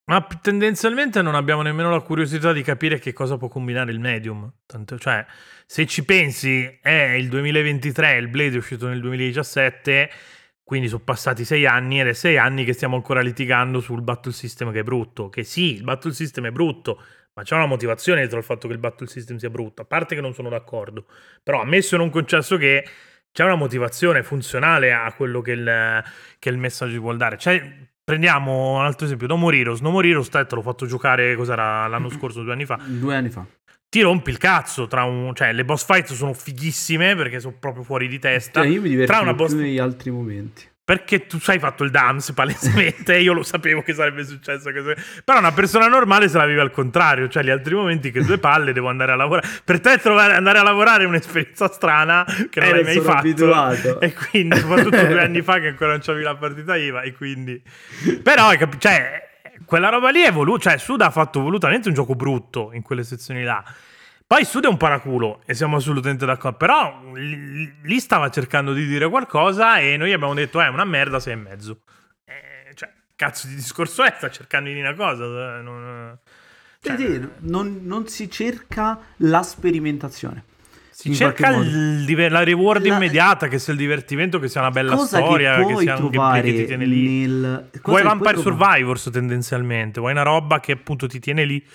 Ma p- tendenzialmente non abbiamo nemmeno la curiosità di capire che cosa può combinare il medium. Tanto, cioè, se ci pensi, è il duemilaventitré, il Blade è uscito nel duemiladiciassette, quindi sono passati sei anni ed è sei anni che stiamo ancora litigando sul battle system che è brutto. Che sì, il battle system è brutto, ma c'è una motivazione dietro il fatto che il battle system sia brutto. A parte che non sono d'accordo, però ammesso e non concesso che c'è una motivazione funzionale a quello che il, che il messaggio vuol dare. Cioè, prendiamo un altro esempio, No More Heroes. No More Heroes, te, te l'ho fatto giocare, cos'era, l'anno scorso, due anni fa. Due anni fa. Ti rompi il cazzo tra un... Cioè, le boss fight sono fighissime perché sono proprio fuori di testa. Cioè, io mi diverto tra una più boss... negli altri momenti. Perché tu hai fatto il dance palesemente e io lo sapevo che sarebbe successo così. Però una persona normale se la vive al contrario. Cioè gli altri momenti che due palle devo andare a lavorare. Per te trovare, andare a lavorare è un'esperienza strana che non eh, hai mai fatto abituato. E quindi soprattutto due anni fa che ancora non c'avevi la partita I V A. E quindi però hai capito, cioè quella roba lì è voluta. Cioè Suda ha fatto volutamente un gioco brutto in quelle sezioni là. Poi Suda è un paraculo e siamo assolutamente d'accordo. Però lì stava cercando di dire qualcosa e noi abbiamo detto è una merda, sei e mezzo. Eh, cioè, cazzo di discorso è? Sta cercando di dire una cosa. Non, cioè, sì, non, non si cerca la sperimentazione. Si cerca il, la reward la, immediata, che sia il divertimento, che sia una bella storia, che, che sia un gameplay che ti tiene lì. Nel... Vuoi Vampire Survivors tendenzialmente, vuoi una roba che appunto ti tiene lì.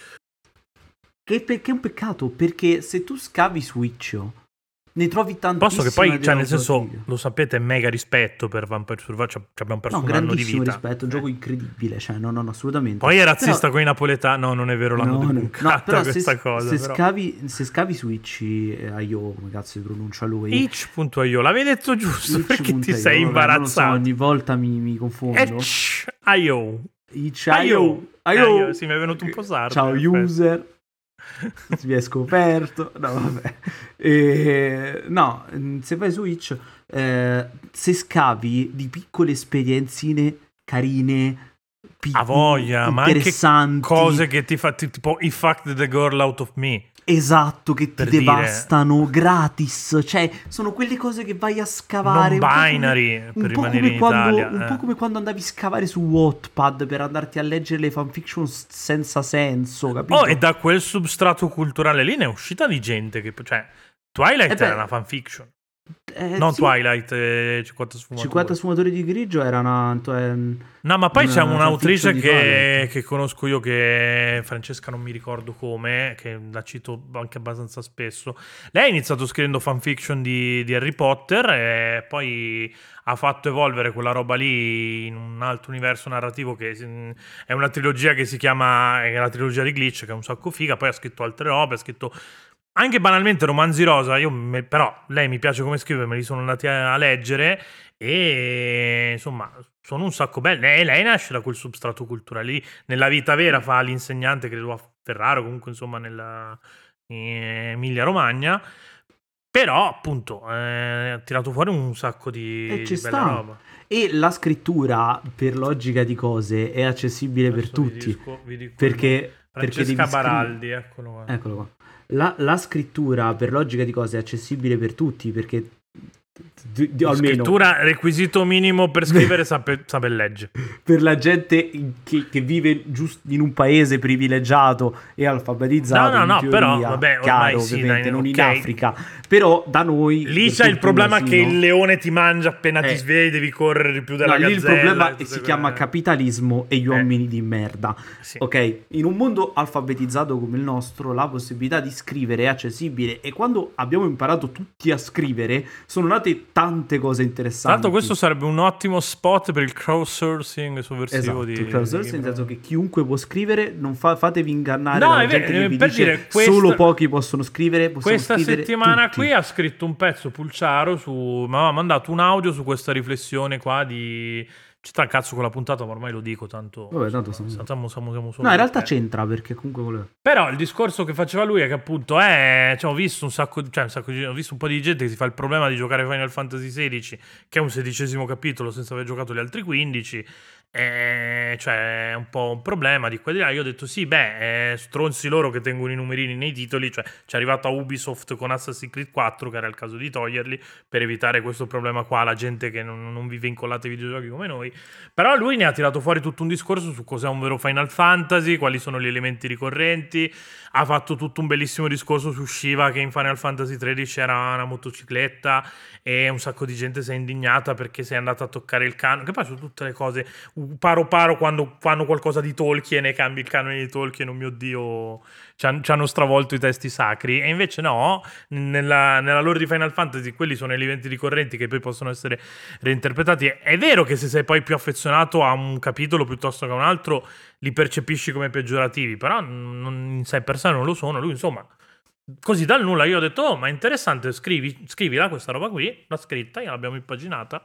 Che, che è un peccato, perché se tu scavi Switch ne trovi tantissime. Posso che poi, cioè nel senso, lo sapete, mega rispetto per Vampire Survivor, cioè, abbiamo perso no, un anno di vita. rispetto, un gioco incredibile, cioè no, no, no, assolutamente. Poi è razzista però... con i napoletani, no, non è vero, l'hanno no, debunkata no, però questa se, cosa. Se però. scavi, se scavi Switch, eh, io, come cazzo si pronuncia lui? itch punto io, l'avevi detto giusto, itch. perché ti io, sei vabbè, imbarazzato. Non lo so, ogni volta mi, mi confondo. itch punto io. itch punto io. Sì, mi è venuto un po' sardo. Ciao user. Si è scoperto, no vabbè, e, no, se vai su Itch, eh, se scavi di piccole esperienzine carine, pic- a voglia, ma anche cose che ti fa tipo I fucked the girl out of me. Esatto, che ti devastano dire... gratis. Cioè, sono quelle cose che vai a scavare. Non binary, un per po' rimanere come in quando, Italia. Un eh. po' come quando andavi a scavare su Wattpad per andarti a leggere le fanfiction senza senso, capito? Oh, e da quel substrato culturale lì ne è uscita di gente che... Cioè, Twilight eh beh, era una fanfiction. Eh, non sì. Twilight, eh, cinquanta sfumatori. cinquanta sfumatori di grigio era una... Eh, no, ma poi una, c'è un'autrice che, che conosco io, che Francesca non mi ricordo come, che la cito anche abbastanza spesso. Lei ha iniziato scrivendo fanfiction di, di Harry Potter e poi ha fatto evolvere quella roba lì in un altro universo narrativo che è una trilogia che si chiama, è la trilogia di Glitch, che è un sacco figa. Poi ha scritto altre robe, ha scritto... anche banalmente romanzi rosa, io me, però lei mi piace come scrive, me li sono andati a, a leggere e insomma sono un sacco belli. Lei, lei nasce da quel substrato culturale lì, nella vita vera fa l'insegnante, credo a Ferraro, comunque insomma nella Emilia Romagna, però appunto eh, ha tirato fuori un sacco di, e ci di bella sta. roba. E la scrittura, per logica di cose, è accessibile Adesso per tutti, vi disco, vi dico perché Francesca perché Baraldi, scri- eccolo qua. Eccolo qua. La, la scrittura, per logica di cose, è accessibile per tutti, perché di, di, almeno scrittura, requisito minimo per scrivere, sape, sape leggere. Per la gente che, che vive giusto in un paese privilegiato e alfabetizzato, no no no teoria, però vabbè ormai chiaro, sì, ovviamente dai, non okay. in Africa, però da noi lì c'è il problema sì, che no? Il leone ti mangia appena eh. ti svegli, devi correre più della no, gazzella. Lì il problema si quelle... chiama capitalismo e gli eh. uomini di merda. Sì. Ok, in un mondo alfabetizzato come il nostro la possibilità di scrivere è accessibile e quando abbiamo imparato tutti a scrivere sono nate tante cose interessanti. Tanto questo sarebbe un ottimo spot per il crowdsourcing sovversivo. Esatto, di, il crowdsourcing di... nel senso che chiunque può scrivere, non fa, fatevi ingannare no, dalla è gente vero, che vi per dice dire, questa, solo pochi possono scrivere. Questa scrivere settimana tutti. qui ha scritto un pezzo Pulciaro su, mi aveva mandato un audio su questa riflessione qua di... Ci sta il cazzo con la puntata, ma ormai lo dico, tanto... Vabbè, tanto siamo... Siamo, siamo, siamo solo no, in realtà te. c'entra, perché comunque voleva... Però il discorso che faceva lui è che appunto è... Cioè, ho visto un sacco, cioè, un sacco di, ho visto un po' di gente che si fa il problema di giocare Final Fantasy sedici, che è un sedicesimo capitolo senza aver giocato gli altri quindici, Eh, cioè è un po' un problema di qua e di là. Io ho detto sì, beh, eh, stronzi loro che tengono i numerini nei titoli. Cioè c'è arrivata Ubisoft con Assassin's Creed quattro, che era il caso di toglierli per evitare questo problema qua, la gente che non, non vive incollata ai videogiochi come noi. Però lui ne ha tirato fuori tutto un discorso su cos'è un vero Final Fantasy, quali sono gli elementi ricorrenti. Ha fatto tutto un bellissimo discorso su Shiva, che in Final Fantasy tredici era una motocicletta, e un sacco di gente si è indignata perché sei andata a toccare il canone, che poi sono tutte le cose paro paro quando fanno qualcosa di Tolkien e cambi il canone di Tolkien, oh mio Dio, ci hanno stravolto i testi sacri. E invece no, nella, nella lore di Final Fantasy quelli sono elementi ricorrenti che poi possono essere reinterpretati. È vero che se sei poi più affezionato a un capitolo piuttosto che a un altro li percepisci come peggiorativi, però non, in sé per sé non lo sono. Lui insomma, così dal nulla io ho detto oh, ma è interessante, scrivi, scrivila questa roba qui, l'ha scritta, l'abbiamo impaginata.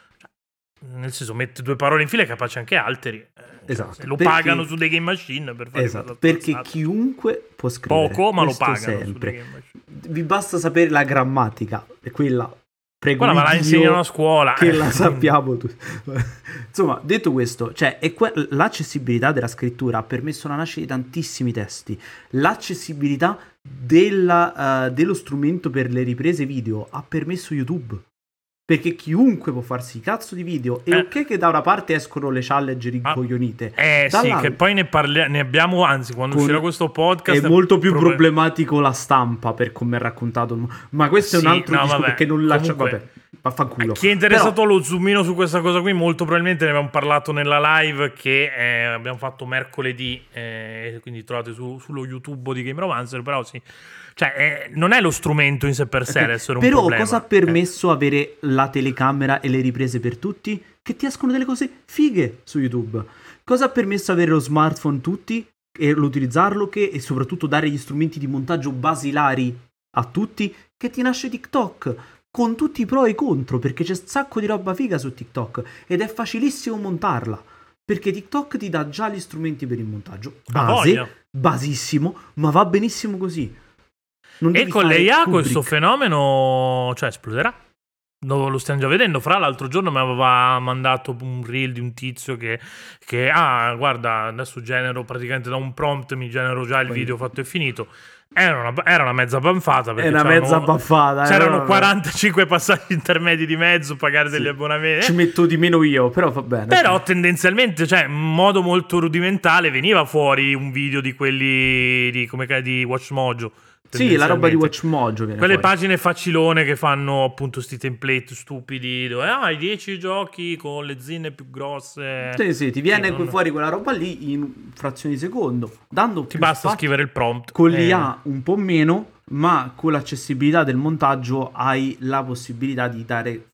Nel senso, mette due parole in fila, capace anche alteri. Esatto. Se lo perché, pagano su dei game machine per fare esatto, perché chiunque può scrivere. Poco, ma lo Questo pagano sempre. su dei game machine. Vi basta sapere la grammatica, e quella prego quella me la insegnano a scuola, che la sappiamo tutti. Insomma, detto questo, cioè è que- l'accessibilità della scrittura ha permesso la nascita di tantissimi testi. L'accessibilità della, uh, dello strumento per le riprese video ha permesso YouTube. Perché chiunque può farsi cazzo di video. E eh. ok che da una parte escono le challenge rincoglionite. Eh sì, che poi ne, parli- ne abbiamo, anzi quando uscirà questo podcast è molto più problem- problematico la stampa, per come è raccontato. Ma questo sì, è un altro no, discorso, vabbè, perché non lascia... comunque, Vabbè, vaffanculo. Chi è interessato Però... allo zoomino su questa cosa qui, molto probabilmente ne abbiamo parlato nella live che eh, abbiamo fatto mercoledì, eh, quindi trovate su, sullo YouTube di Game Romancer. Però sì, cioè eh, non è lo strumento in sé per sé okay. ad essere un Però problema. cosa ha permesso eh. avere la telecamera e le riprese per tutti? Che ti escono delle cose fighe su YouTube. Cosa ha permesso avere lo smartphone tutti e l'utilizzarlo, che, e soprattutto dare gli strumenti di montaggio basilari a tutti? Che ti nasce TikTok, con tutti i pro e i contro, perché c'è un sacco di roba figa su TikTok ed è facilissimo montarla, perché TikTok ti dà già gli strumenti per il montaggio base, basissimo, ma va benissimo così. Non e con l'A I questo fenomeno, cioè, esploderà. No, lo stiamo già vedendo. Fra l'altro giorno mi aveva mandato un reel di un tizio che, che ah guarda, adesso genero praticamente da un prompt, mi genero già il Poi. video fatto e finito. Era una, era una mezza banfata. È una mezza baffata. C'erano una... quarantacinque passaggi intermedi di mezzo, pagare sì. degli abbonamenti. Ci metto di meno io, però va bene. Però sì. tendenzialmente, cioè, in modo molto rudimentale, veniva fuori un video di quelli di, come, di Watch Mojo. Sì, la roba di Watch Mojo viene quelle fuori. Pagine facilone che fanno appunto sti template stupidi dove ah, i dieci giochi con le zinne più grosse. Sì, sì, ti viene sì, non... fuori quella roba lì in frazioni di secondo, dando ti più basta spazio. Scrivere il prompt. Con eh. l'I A un po' meno, ma con l'accessibilità del montaggio hai la possibilità di dare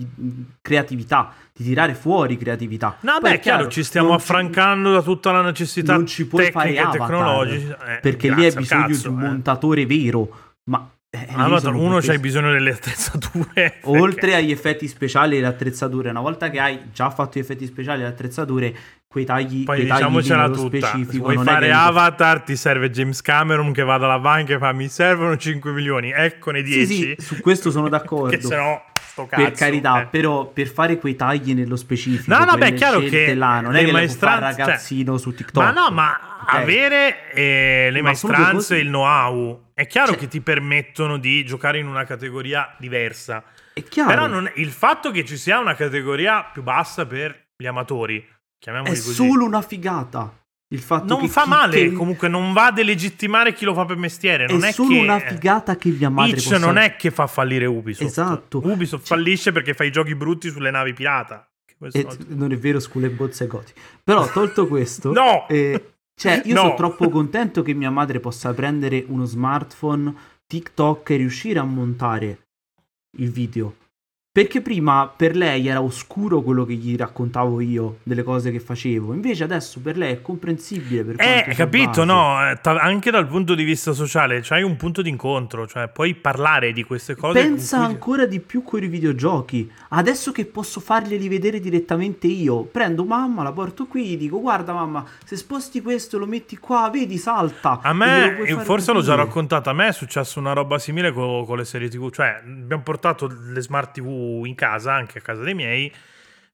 creatività, di tirare fuori creatività. No, Poi beh, è chiaro, chiaro ci stiamo affrancando ci, da tutta la necessità non ci puoi tecnica fare e tecnologica, eh, perché lì hai bisogno cazzo, di un eh. montatore vero, ma eh, allora, uno c'hai bisogno delle attrezzature oltre perché... agli effetti speciali e le attrezzature. Una volta che hai già fatto gli effetti speciali e le attrezzature, quei tagli, poi quei diciamocela tagli tutta, specifico, se vuoi non fare è Avatar ti serve James Cameron che va dalla banca e fa mi servono cinque milioni, eccone dieci. Sì, sì, su questo sono d'accordo. Che se no sto cazzo, per carità, eh. però per fare quei tagli nello specifico, no, no, beh, è chiaro che là, non è che maestranze, le può fare ragazzino cioè, su TikTok. Ma no, ma okay. avere eh, le ma maestranze e il know-how è chiaro cioè, che ti permettono di giocare in una categoria diversa. È chiaro. Però non, il fatto che ci sia una categoria più bassa per gli amatori, chiamiamoli è così, solo una figata. Il fatto non che fa chi, male, che... comunque non va a delegittimare chi lo fa per mestiere. Non è, è solo che... una figata che mia madre Itch possa... non è che fa fallire Ubisoft. Esatto. Ubisoft cioè... fallisce perché fa i giochi brutti sulle navi pirata. E, non è vero, Skull e Bones e Goti. Però tolto questo, no! Eh, cioè io no. sono troppo contento che mia madre possa prendere uno smartphone, TikTok e riuscire a montare il video. Perché prima per lei era oscuro quello che gli raccontavo io delle cose che facevo. Invece adesso per lei è comprensibile. Per eh, capito, base. no? Eh, t- anche dal punto di vista sociale c'hai un punto d'incontro. Cioè puoi parlare di queste cose. Pensa cui... ancora di più con i videogiochi. Adesso che posso farglieli vedere direttamente io, prendo mamma, la porto qui, dico guarda mamma, se sposti questo lo metti qua, vedi, salta. A me, forse l'ho già raccontato, a me è successo una roba simile con, con le serie tivù. Cioè abbiamo portato le smart tivù in casa, anche a casa dei miei,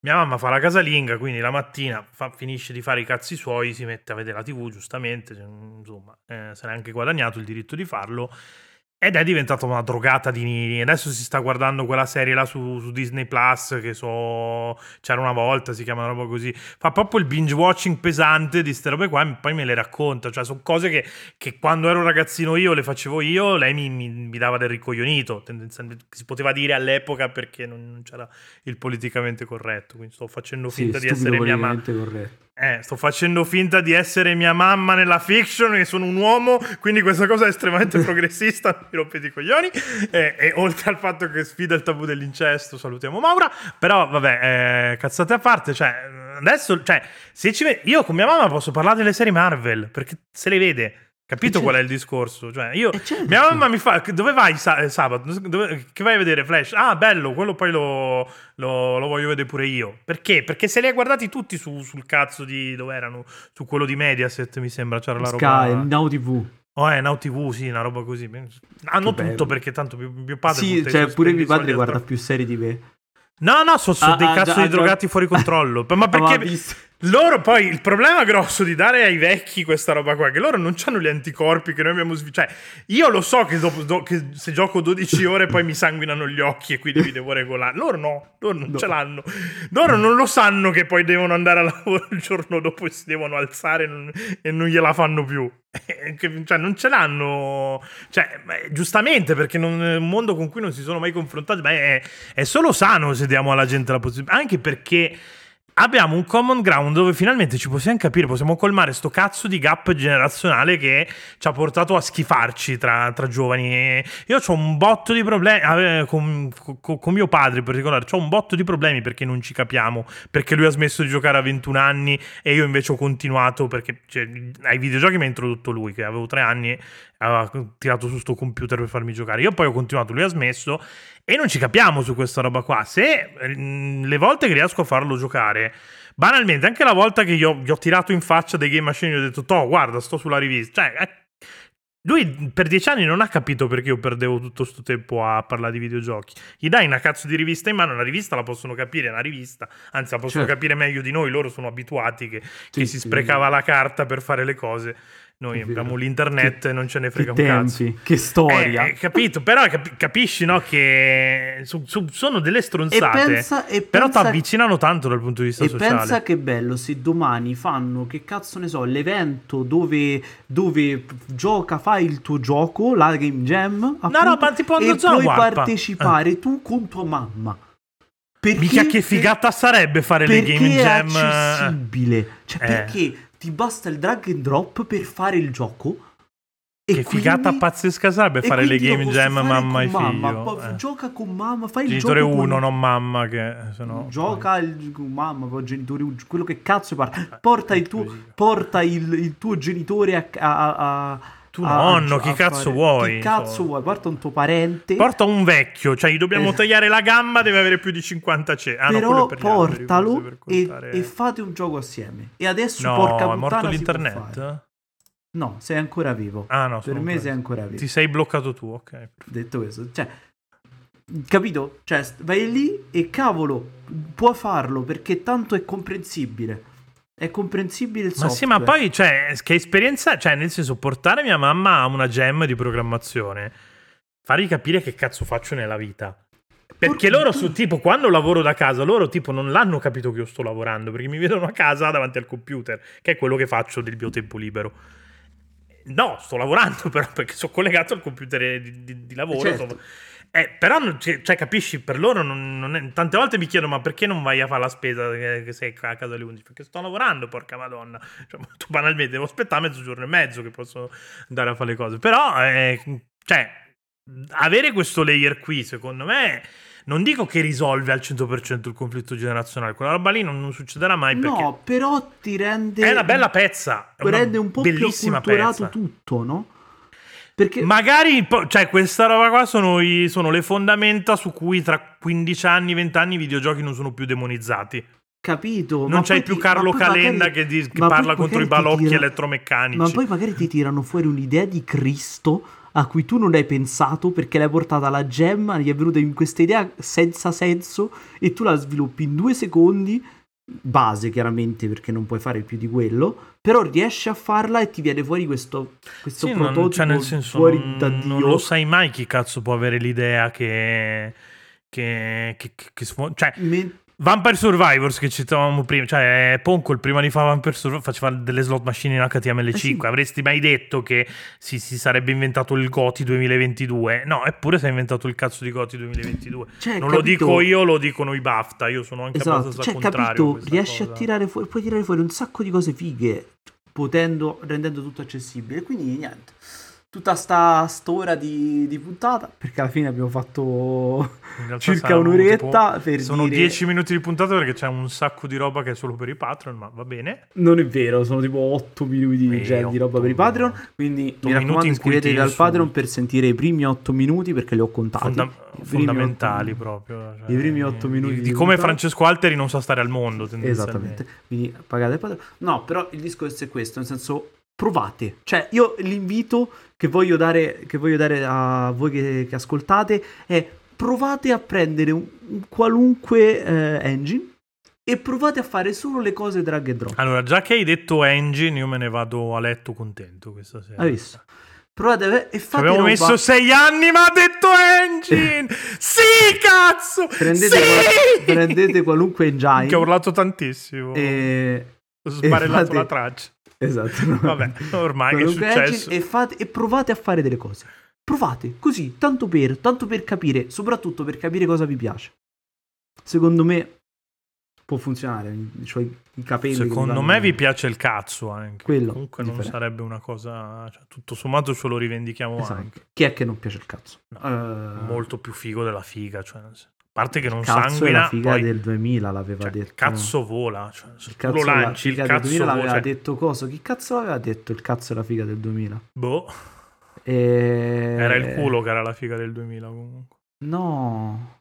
Mia mamma fa la casalinga, quindi la mattina fa, finisce di fare i cazzi suoi, si mette a vedere la tivù, giustamente, insomma, eh, se n'è anche guadagnato il diritto di farlo. Ed è diventata una drogata di Nini. Adesso si sta guardando quella serie là su, su Disney Plus, che so, c'era una volta, si chiama una roba così. Fa proprio il binge watching pesante di ste robe qua e poi me le racconta. Cioè, sono cose che, che quando ero ragazzino io le facevo io, lei mi, mi, mi dava del ricoglionito. Tendenzialmente si poteva dire all'epoca perché non c'era il politicamente corretto. Quindi sto facendo finta sì, di essere mia mamma. Corretto. Eh, sto facendo finta di essere mia mamma nella fiction e sono un uomo, quindi questa cosa è estremamente progressista, mi rompete i coglioni. E, e oltre al fatto che sfida il tabù dell'incesto, salutiamo Maura. Però vabbè, eh, cazzate a parte, cioè adesso, cioè, se ci ve- io con mia mamma posso parlare delle serie Marvel, perché se le vede. Capito qual è il discorso? Cioè, io, certo. Mia mamma mi fa: dove vai sa- sabato? Dove, che vai a vedere Flash? Ah, bello, quello poi lo, lo, lo voglio vedere pure io. Perché? Perché se li hai guardati tutti su, sul cazzo di dove erano? Su quello di Mediaset, mi sembra. C'era la roba. Sky, Now tivù. Oh, è Now tivù, sì, una roba così. Hanno tutto bello. Perché tanto mio, mio padre. Sì, cioè, pure mio padre guarda più serie di me. No, no, sono so ah, dei ah, cazzo già, di drogati già. fuori controllo. Ma perché loro poi il problema grosso di dare ai vecchi questa roba qua è che loro non hanno gli anticorpi che noi abbiamo sviluppato. Cioè, io lo so che, dopo, do, che se gioco dodici ore poi mi sanguinano gli occhi e quindi mi devo regolare. Loro no, loro non no. ce l'hanno. Loro non lo sanno che poi devono andare a lavoro il giorno dopo e si devono alzare e non, e non gliela fanno più. Cioè, non ce l'hanno, cioè, giustamente, perché non, è un mondo con cui non si sono mai confrontati. Ma è, è solo sano se diamo alla gente la possibilità, anche perché abbiamo un common ground dove finalmente ci possiamo capire, possiamo colmare sto cazzo di gap generazionale che ci ha portato a schifarci tra, tra giovani. Io ho un botto di problemi con, con, con mio padre in particolare, ho un botto di problemi perché non ci capiamo, perché lui ha smesso di giocare a ventuno anni e io invece ho continuato perché cioè, ai videogiochi mi ha introdotto lui, che avevo tre anni e aveva tirato su sto computer per farmi giocare. Io poi ho continuato, lui ha smesso e non ci capiamo su questa roba qua. Se mh, le volte che riesco a farlo giocare, banalmente, anche la volta che io gli ho tirato in faccia dei game machine e gli ho detto "Toh, guarda, sto sulla rivista", cioè eh, lui per dieci anni non ha capito perché io perdevo tutto sto tempo a parlare di videogiochi. Gli dai una cazzo di rivista in mano, una rivista la possono capire, è una rivista, anzi la possono certo. capire meglio di noi, loro sono abituati che, sì, che si sprecava sì. la carta per fare le cose. Noi abbiamo l'internet che, e non ce ne frega un tempi, cazzo. Che storia. Eh, eh, capito, però cap- capisci, no, che su, su, sono delle stronzate, e pensa, e però pensa, ti avvicinano tanto dal punto di vista e sociale. E pensa che bello se domani fanno, che cazzo ne so, l'evento dove, dove gioca, fai il tuo gioco, la Game Jam, appunto, no, no, ma tipo e puoi warpa. partecipare eh. tu con tua mamma. Perché, mica che figata per, sarebbe fare le Game Jam. Perché è accessibile. Cioè, eh. perché ti basta il drag and drop per fare il gioco. E che quindi, figata pazzesca sarebbe fare le Game Jam mamma e figlio. Mamma, eh. Gioca con mamma, fai genitore il gioco uno, con... non mamma che sennò gioca poi... il, con mamma, poi genitore uno, quello che cazzo parla. Porta il tuo porta il, il tuo genitore a, a, a tu nonno, a, chi a cazzo fare, vuoi? Chi cazzo so. vuoi? Porta un tuo parente. Porta un vecchio, cioè gli dobbiamo esatto. tagliare la gamba, deve avere più di cinquanta C. Ah, però no, per portalo per e, contare... e fate un gioco assieme. E adesso no, porca puttana, è morto l'internet? No, sei ancora vivo. Ah, no, per me preso. sei ancora vivo. Ti sei bloccato tu, ok. Detto questo, cioè, capito? Cioè, vai lì e cavolo, può farlo perché tanto è comprensibile. È comprensibile il ma software. sì, ma poi, cioè, che esperienza, cioè, nel senso, portare mia mamma a una jam di programmazione, fargli capire che cazzo faccio nella vita. Perché loro, su tipo, quando lavoro da casa, loro tipo non l'hanno capito che io sto lavorando, perché mi vedono a casa davanti al computer, che è quello che faccio del mio tempo libero. No, sto lavorando però perché sono collegato al computer di, di, di lavoro. Certo. Eh, però, cioè, cioè, capisci, per loro non, non è... tante volte mi chiedono, ma perché non vai a fare la spesa che, che sei a casa alle undici? Perché sto lavorando, porca madonna. Cioè, tu banalmente devo aspettare mezzogiorno e mezzo che posso andare a fare le cose. Però, eh, cioè, avere questo layer qui, secondo me... Non dico che risolve al cento per cento il conflitto generazionale, quella roba lì non, non succederà mai. Perché no, però ti rende... È una bella pezza. È rende un po' più acculturato tutto, no? Perché... Magari, cioè, questa roba qua sono, i, sono le fondamenta su cui tra quindici anni, venti anni i videogiochi non sono più demonizzati. Capito? Non ma c'hai più ti, Carlo Calenda magari, che, di, che parla contro i balocchi tira... elettromeccanici. Ma poi magari ti tirano fuori un'idea di Cristo a cui tu non hai pensato perché l'hai portata alla gemma, gli è venuta in questa idea senza senso e tu la sviluppi in due secondi, base chiaramente perché non puoi fare più di quello, però riesci a farla e ti viene fuori questo, questo Sì, prototipo non, cioè nel senso, fuori non, da non Dio. lo sai mai chi cazzo può avere l'idea che... che, che, che, che sfo- cioè... Me- Vampire Survivors che citavamo prima, cioè Ponkol prima di fare Vampire Survivors faceva delle slot machine in H T M L cinque, eh sì. avresti mai detto che si, si sarebbe inventato il GOTY duemilaventidue? No, eppure si è inventato il cazzo di GOTY duemilaventidue. Cioè, Non capito? lo dico io, lo dicono i BAFTA, io sono anche Esatto, abbastanza cioè contrario a capito, questa riesci cosa. a tirare fuori, puoi tirare fuori un sacco di cose fighe, potendo, rendendo tutto accessibile, quindi niente. Tutta sta st'ora di, di puntata, perché alla fine abbiamo fatto circa saranno, un'oretta tipo, per sono dire... dieci minuti di puntata perché c'è un sacco di roba che è solo per i Patreon, ma va bene. Non è vero, sono tipo otto minuti E di, di roba per i Patreon, minuti. quindi otto mi raccomando in cui iscrivetevi ti al insulto. Patreon per sentire i primi otto minuti perché li ho contati. Fonda- I primi fondamentali otto- proprio, cioè, i primi otto minuti di, di di come puntata. Francesco Alteri non sa stare al mondo tendenzialmente. Esattamente, quindi pagate il Patreon. No, però il discorso è questo, nel senso provate, cioè io l'invito che voglio dare, che voglio dare a voi che, che ascoltate è provate a prendere un, un qualunque eh, engine e provate a fare solo le cose drag and drop. Allora, già che hai detto engine, io me ne vado a letto contento questa sera. Hai visto? Provate a, e Ci fate avevo roba... messo sei anni, ma ha detto engine! Sì, cazzo! Prendete, sì! qual- prendete qualunque engine Che ho urlato tantissimo. e... Ho sbarellato fate- la traccia. Esatto. No. Vabbè, ormai è Qualunque successo. engine e, fate, e provate a fare delle cose. Provate, così, tanto per, tanto per capire, soprattutto per capire cosa vi piace. Secondo me può funzionare, cioè i capelli. Secondo me vi piace il cazzo anche. Quello, Comunque non differente. sarebbe una cosa... Cioè, tutto sommato ce lo rivendichiamo Esatto. anche. Chi è che non piace il cazzo? No, Uh, molto più figo della figa, cioè, a parte che non il cazzo sanguina, è la figa poi, del duemila l'aveva cioè, detto. il cazzo vola, cioè, se Il tu lo cazzo, la lanci, il figa del cazzo duemila vola, l'aveva cioè, detto coso? Chi cazzo l'aveva detto il cazzo è la figa del duemila? boh, E... era il culo che era la figa del duemila comunque. No.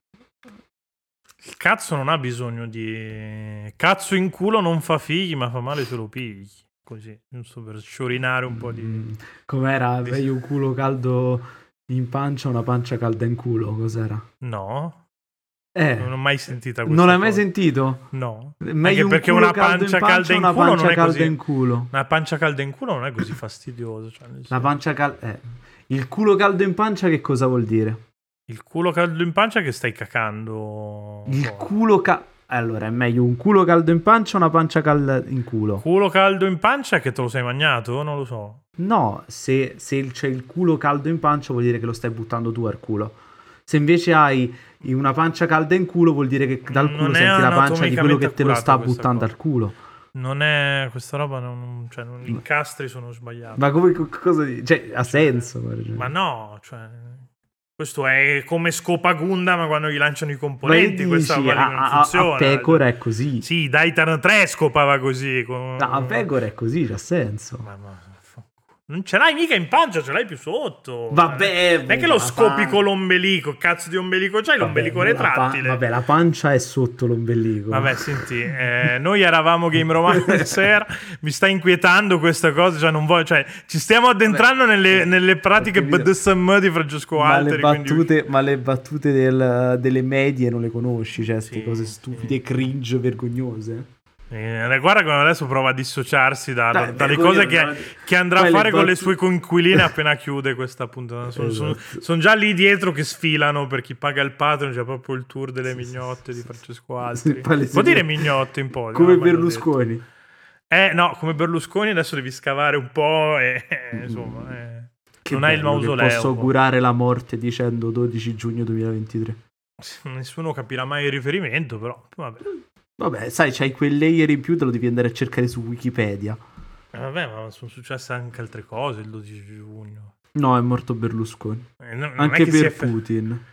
Il cazzo non ha bisogno di... Cazzo in culo non fa figli, ma fa male se lo pigli. Così, giusto per sciorinare un po' di... Mm, com'era? di... Meglio un culo caldo in pancia, una pancia calda in culo, cos'era? No, Eh, non ho mai sentita questa non l'hai mai cosa. sentito? No, Meglio anche un perché culo una caldo pancia in pancia, calda in una culo non pancia è calda così... in culo. Una pancia calda in culo non è così fastidioso. Cioè, nel La senso- pancia calda... Eh. Il culo caldo in pancia che cosa vuol dire? Il culo caldo in pancia che stai cacando. Il Boh. culo caldo... Allora, è meglio un culo caldo in pancia o una pancia calda in culo? Culo caldo in pancia che te lo sei mangiato? Non lo so. No, se, se c'è il culo caldo in pancia vuol dire che lo stai buttando tu al culo. Se invece hai una pancia calda in culo vuol dire che dal culo Non è senti la pancia di quello che te lo anatomicamente sta accurata questa buttando cosa. al culo. Non è questa roba, non, cioè, non, gli incastri sono sbagliati. Ma come co- cosa dici? Cioè, ha senso. Ma no, cioè, questo è come Scopagunda, ma quando gli lanciano i Ma componenti, dici, questa roba lì a, non a, funziona. a Pecora è così. Sì, Daitan tre scopava così. Con... No, a Pecora è così, c'ha senso. Ma, ma, non ce l'hai mica in pancia, ce l'hai più sotto. Vabbè, non è che lo scopi con l'ombelico. Cazzo di ombelico c'hai? Vabbè, L'ombelico la pa- retrattile. vabbè, la pancia è sotto l'ombelico. Vabbè, senti, eh, noi eravamo Game Romancer. Mi sta inquietando questa cosa. Cioè, non voglio, cioè, ci stiamo addentrando Vabbè, nelle, nelle pratiche ho capito. B D S M di Francesco ma, Alteri. le quindi- battute, ma le battute del- delle medie non le conosci, cioè queste Sì, cose sì. stupide, cringe, vergognose. Eh, guarda come adesso prova a dissociarsi da- da- Dai, dalle vergognoso, cose che, no? che andrà a Poi le fare con le battute- sue coinquiline appena chiude questa puntata. Sono, sono- Esatto. sono già lì dietro che sfilano per chi paga il Patreon. C'è proprio il tour delle Sì, mignotte sì, di sì, Francesco sì. Alteri. Sì, palesemente. Può dire mignotte in po'? Come non l'ho mai Berlusconi. detto. Eh no, come Berlusconi adesso devi scavare un po' e Mm. insomma eh, Che non hai il bello che mausoleo. posso augurare la morte dicendo dodici giugno duemilaventitré. Nessuno capirà mai il riferimento, però vabbè. Vabbè, sai, c'hai quel layer in più, te lo devi andare a cercare su Wikipedia. Eh, vabbè, ma sono successe anche altre cose il dodici giugno. No, è morto Berlusconi. Eh, no- non è Anche che si per è fe- Putin.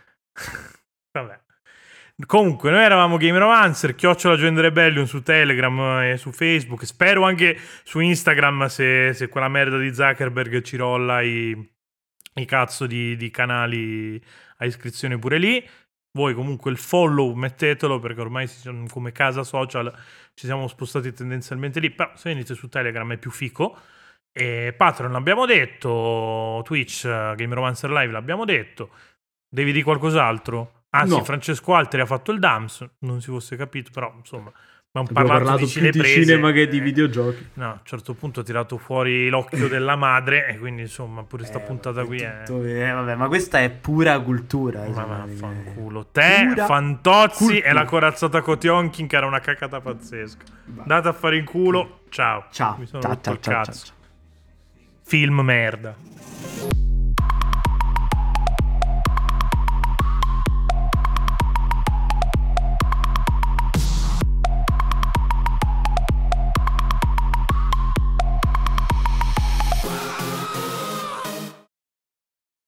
Vabbè. Comunque, noi eravamo Game Romancer, chiocciola Agenda Rebellion su Telegram e su Facebook. Spero anche su Instagram se, se quella merda di Zuckerberg ci rolla i, i cazzo di, di canali a iscrizione pure lì. Voi comunque il follow mettetelo perché ormai si sono- come casa social ci siamo spostati tendenzialmente lì. Però se venite su Telegram è più fico. E Patreon l'abbiamo detto, Twitch, Game Romancer Live l'abbiamo detto. Devi dire qualcos'altro? Ah No. sì, Francesco Alteri ha fatto il D A M S, non si fosse capito, però insomma abbiamo Abbiamo parlato, parlato di più di cineprese, cinema che di eh, videogiochi. No, a un certo punto ho tirato fuori l'occhio della madre e quindi insomma pure sta Eh, puntata vabbè, qui è... tutto- eh, vabbè, ma questa è pura cultura. Ma secondo me. vaffanculo. Te, Pura Fantozzi cultura. e la corazzata Kotionkin che era una cacata pazzesca. Va. Andate a fare in culo. Ciao. Ciao. Mi sono Ciao, rotto ciao, il ciao, cazzo. ciao. Film merda.